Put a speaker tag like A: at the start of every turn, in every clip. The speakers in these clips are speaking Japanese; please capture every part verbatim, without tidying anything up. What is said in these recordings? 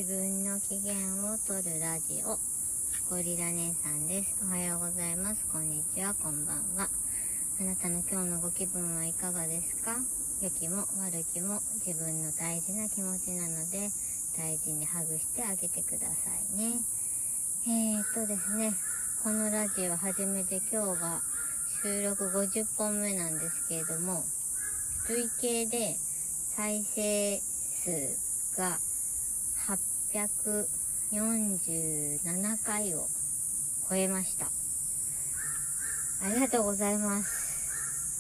A: 自分の機嫌を取るラジオ、ゴリラ姉さんです。おはようございます。こんにちは、こんばんは。あなたの今日のご気分はいかがですか？良きも悪きも自分の大事な気持ちなので、大事にハグしてあげてくださいね。えーっとですね、このラジオ始めて今日が収録ごじゅっぽんめなんですけれども、累計で再生数がはっぴゃくよんじゅうななかいを超えました。ありがとうございます。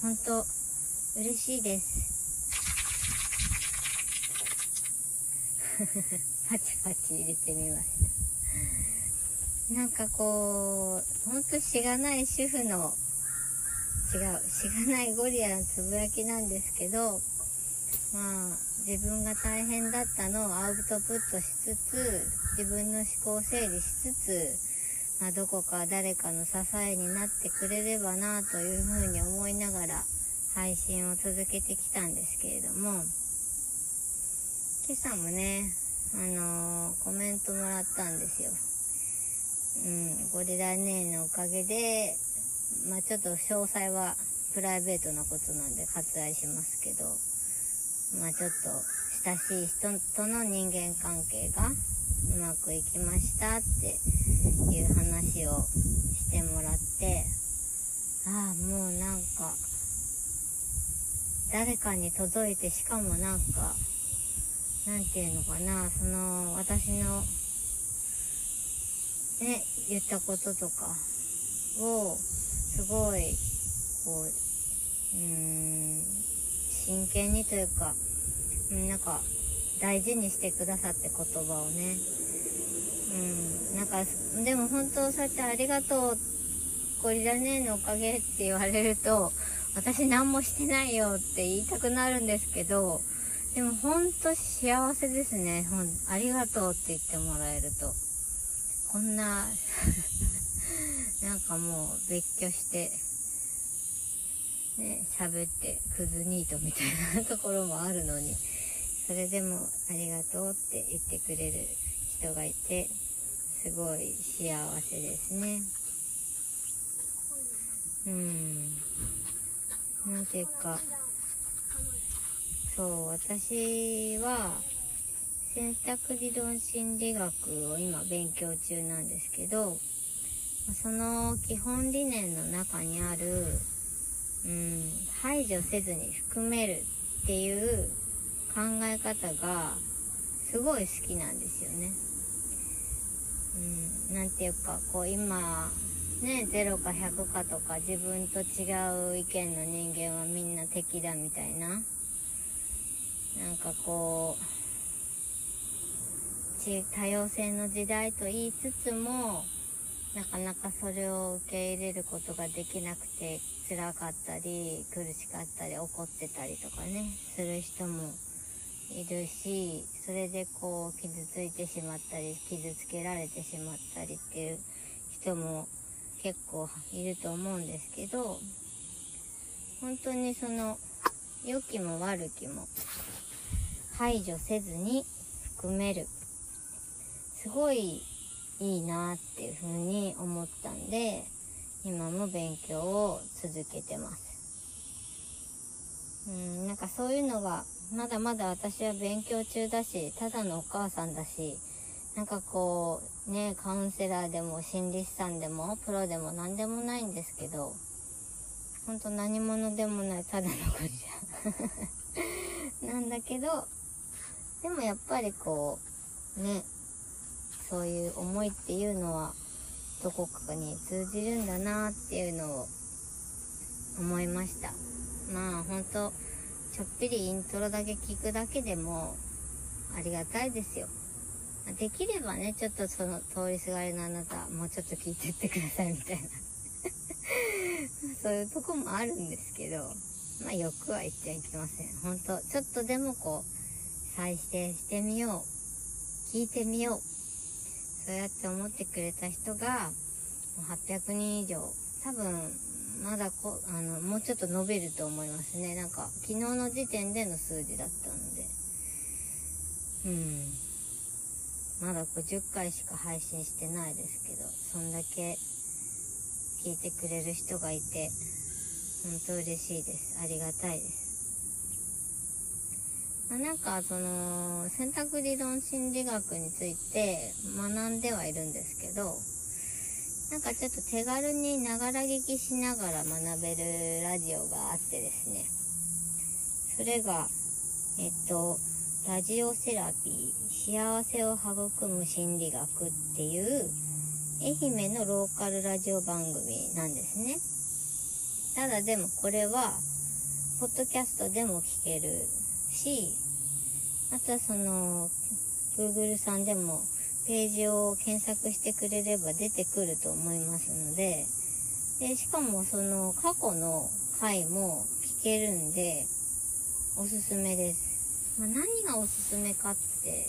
A: 本当嬉しいです。パチパチ入れてみました。なんかこう、ほんとしがない主婦の違う、しがないゴリラのつぶやきなんですけど、まあ自分が大変だったのをアウトプットしつつ、自分の思考を整理しつつ、まあ、どこか誰かの支えになってくれればなというふうに思いながら配信を続けてきたんですけれども、今朝もね、あのー、コメントもらったんですよ。うん、ゴリラ姉のおかげで、まあちょっと詳細はプライベートなことなんで割愛しますけど、まあちょっと親しい人との人間関係がうまくいきましたっていう話をしてもらって、ああもうなんか誰かに届いて、しかもなんかなんていうのかな、その私のね言ったこととかをすごいこううーん真剣にというか、なんか大事にしてくださって言葉をね、うん、なんかでも本当そうやってありがとうゴリラ姉のおかげって言われると、私何もしてないよって言いたくなるんですけど、でも本当幸せですね。ほんありがとうって言ってもらえると、こんななんかもう別居してね喋ってクズニートみたいなところもあるのに、それでもありがとうって言ってくれる人がいて、すごい幸せですね。うん、なんていうか、そう私は選択理論心理学を今勉強中なんですけど、その基本理念の中にある、うん、排除せずに含めるっていう考え方がすごい好きなんですよね。うん、なんていうかこう今ねゼロかひゃくかとか、自分と違う意見の人間はみんな敵だみたいな、なんかこう多様性の時代と言いつつも、なかなかそれを受け入れることができなくて辛かったり苦しかったり怒ってたりとかねする人もいるし、それでこう傷ついてしまったり傷つけられてしまったりっていう人も結構いると思うんですけど、本当にその良きも悪きも排除せずに含める、すごいいいなっていう風に思ったんで、今も勉強を続けてます。うん、なんかそういうのがまだまだ私は勉強中だし、ただのお母さんだし、なんかこうねカウンセラーでも心理師さんでもプロでも何でもないんですけど、ほんと何者でもないただのゴリラなんだけど、でもやっぱりこうね、そういう思いっていうのはどこかに通じるんだなっていうのを思いました。まあほんとちょっぴりイントロだけ聞くだけでもありがたいですよ。できればね、ちょっとその通りすがりのあなたもうちょっと聞いてってくださいみたいなそういうとこもあるんですけど、まあ欲は言っちゃいけません。ほんとちょっとでもこう再生してみよう、聞いてみよう、そうやって思ってくれた人がはっぴゃくにん以上、多分まだこあのもうちょっと伸びると思いますね。なんか昨日の時点での数字だったので、うんまだごじゅっかいしか配信してないですけど、そんだけ聞いてくれる人がいて本当嬉しいです。ありがたいです。まあ、なんかその選択理論心理学について学んではいるんですけど、なんかちょっと手軽にながら聞きしながら学べるラジオがあってですね、それがえっとラジオセラピー幸せを育む心理学っていう愛媛のローカルラジオ番組なんですね。ただでもこれはポッドキャストでも聞けるし、あとはその Google さんでもページを検索してくれれば出てくると思いますので、でしかもその過去の回も聞けるんでおすすめです。まあ、何がおすすめかって、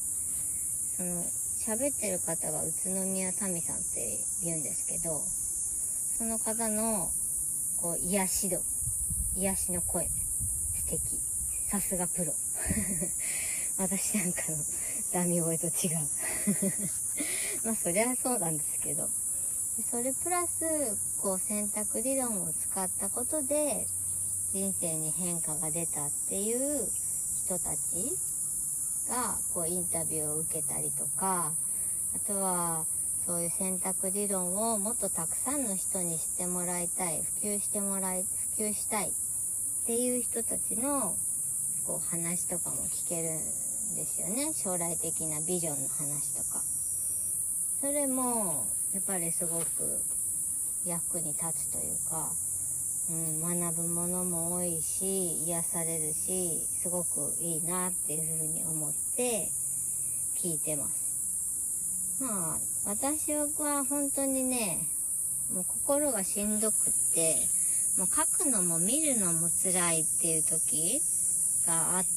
A: その喋ってる方が宇都宮民さんって言うんですけど、その方のこう癒し度、癒しの声素敵、さすがプロ私なんかのダミ声と違うまあそりゃそうなんですけど、それプラスこう選択理論を使ったことで人生に変化が出たっていう人たちがこうインタビューを受けたりとか、あとはそういう選択理論をもっとたくさんの人に知ってもらいたい、普及してもらい普及したいっていう人たちのこう話とかも聞けるんですよね。将来的なビジョンの話とか、それもやっぱりすごく役に立つというか、うん、学ぶものも多いし癒されるし、すごくいいなっていうふうに思って聞いてます。まあ私は本当にね、もう心がしんどくって、もう書くのも見るのも辛いっていう時があって、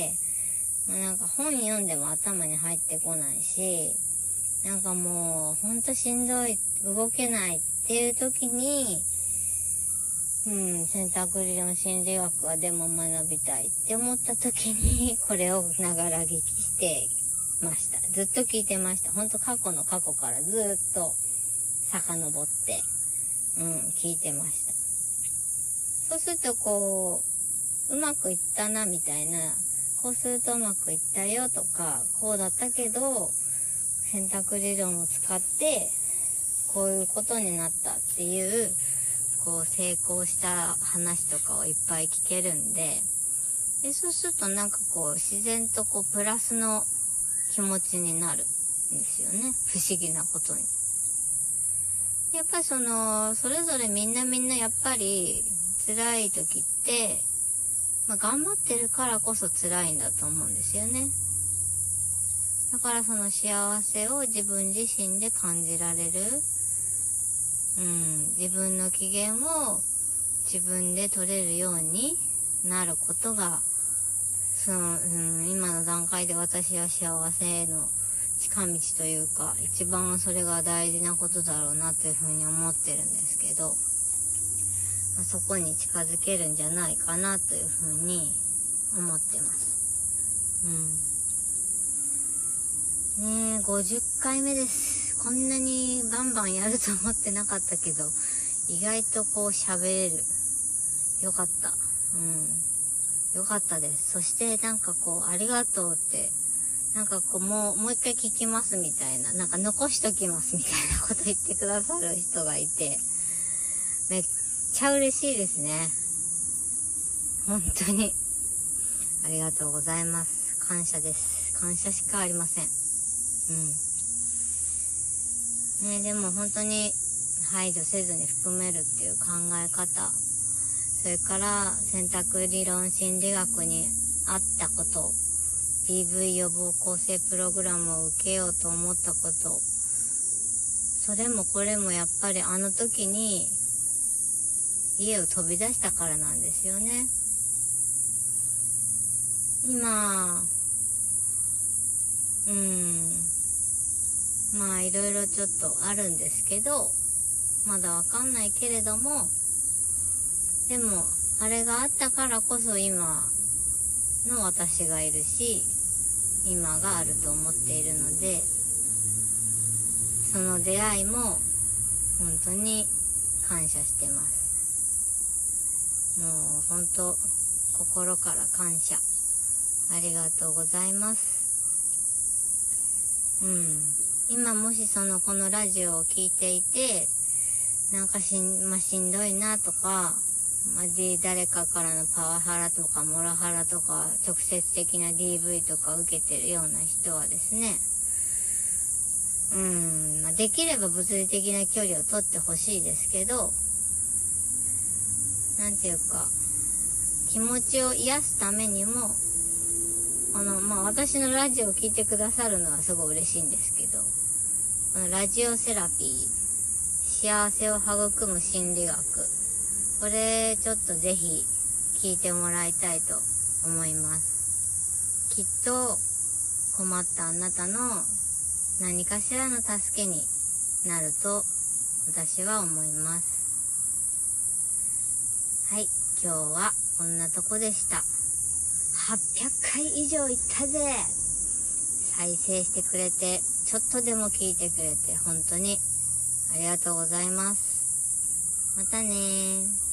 A: まあ、なんか本読んでも頭に入ってこないし、なんかもうほんとしんどい、動けないっていう時に、うん、選択理論心理学はでも学びたいって思った時にこれをながら聞きしてました。ずっと聞いてました。ほんと過去の過去からずっと遡って、うん、聞いてました。そうするとこううまくいったなみたいな、こうするとうまくいったよとか、こうだったけど選択理論を使ってこういうことになったっていう、こう成功した話とかをいっぱい聞けるんで、でそうするとなんかこう自然とこうプラスの気持ちになるんですよね。不思議なことに。やっぱりそのそれぞれみんなみんなやっぱり辛い時って、まあ、頑張ってるからこそ辛いんだと思うんですよね。だからその幸せを自分自身で感じられる、うん、自分の機嫌を自分で取れるようになることが、その、うん、今の段階で私は幸せへの近道というか、一番それが大事なことだろうなというふうに思ってるんですけど、まあ、そこに近づけるんじゃないかなというふうに思ってます。うん。ねえ、ごじゅっかいめです。こんなにバンバンやると思ってなかったけど、意外とこう喋れる。よかった。うん。よかったです。そしてなんかこう、ありがとうって、なんかこう、もう、もう一回聞きますみたいな、なんか残しときますみたいなこと言ってくださる人がいて、めっちゃ嬉しいですね。本当に。ありがとうございます。感謝です。感謝しかありません。うん。ね、でも本当に排除せずに含めるっていう考え方、それから選択理論心理学に合ったこと、ディーブイ 予防構成プログラムを受けようと思ったこと、それもこれもやっぱりあの時に家を飛び出したからなんですよね。今、うん、まあいろいろちょっとあるんですけど、まだわかんないけれども、でもあれがあったからこそ今の私がいるし、今があると思っているので、 その出会いも本当に感謝してます。もう本当心から感謝、ありがとうございます。うん、今もしそのこのラジオを聞いていて、なんかしん,、まあ、しんどいなとか、まあ、で誰かからのパワハラとかモラハラとか直接的な ディーブイ とか受けてるような人はですね、うん、まあ、できれば物理的な距離を取ってほしいですけど、なんていうか気持ちを癒すためにも、あの、まあ、私のラジオを聞いてくださるのはすごい嬉しいんですけど、このラジオセラピー、幸せを育む心理学、これちょっとぜひ聞いてもらいたいと思います。きっと困ったあなたの何かしらの助けになると私は思います。はい、今日はこんなとこでした。はっぴゃっかい以上行ったぜ。再生してくれて、ちょっとでも聞いてくれて本当にありがとうございます。またねー。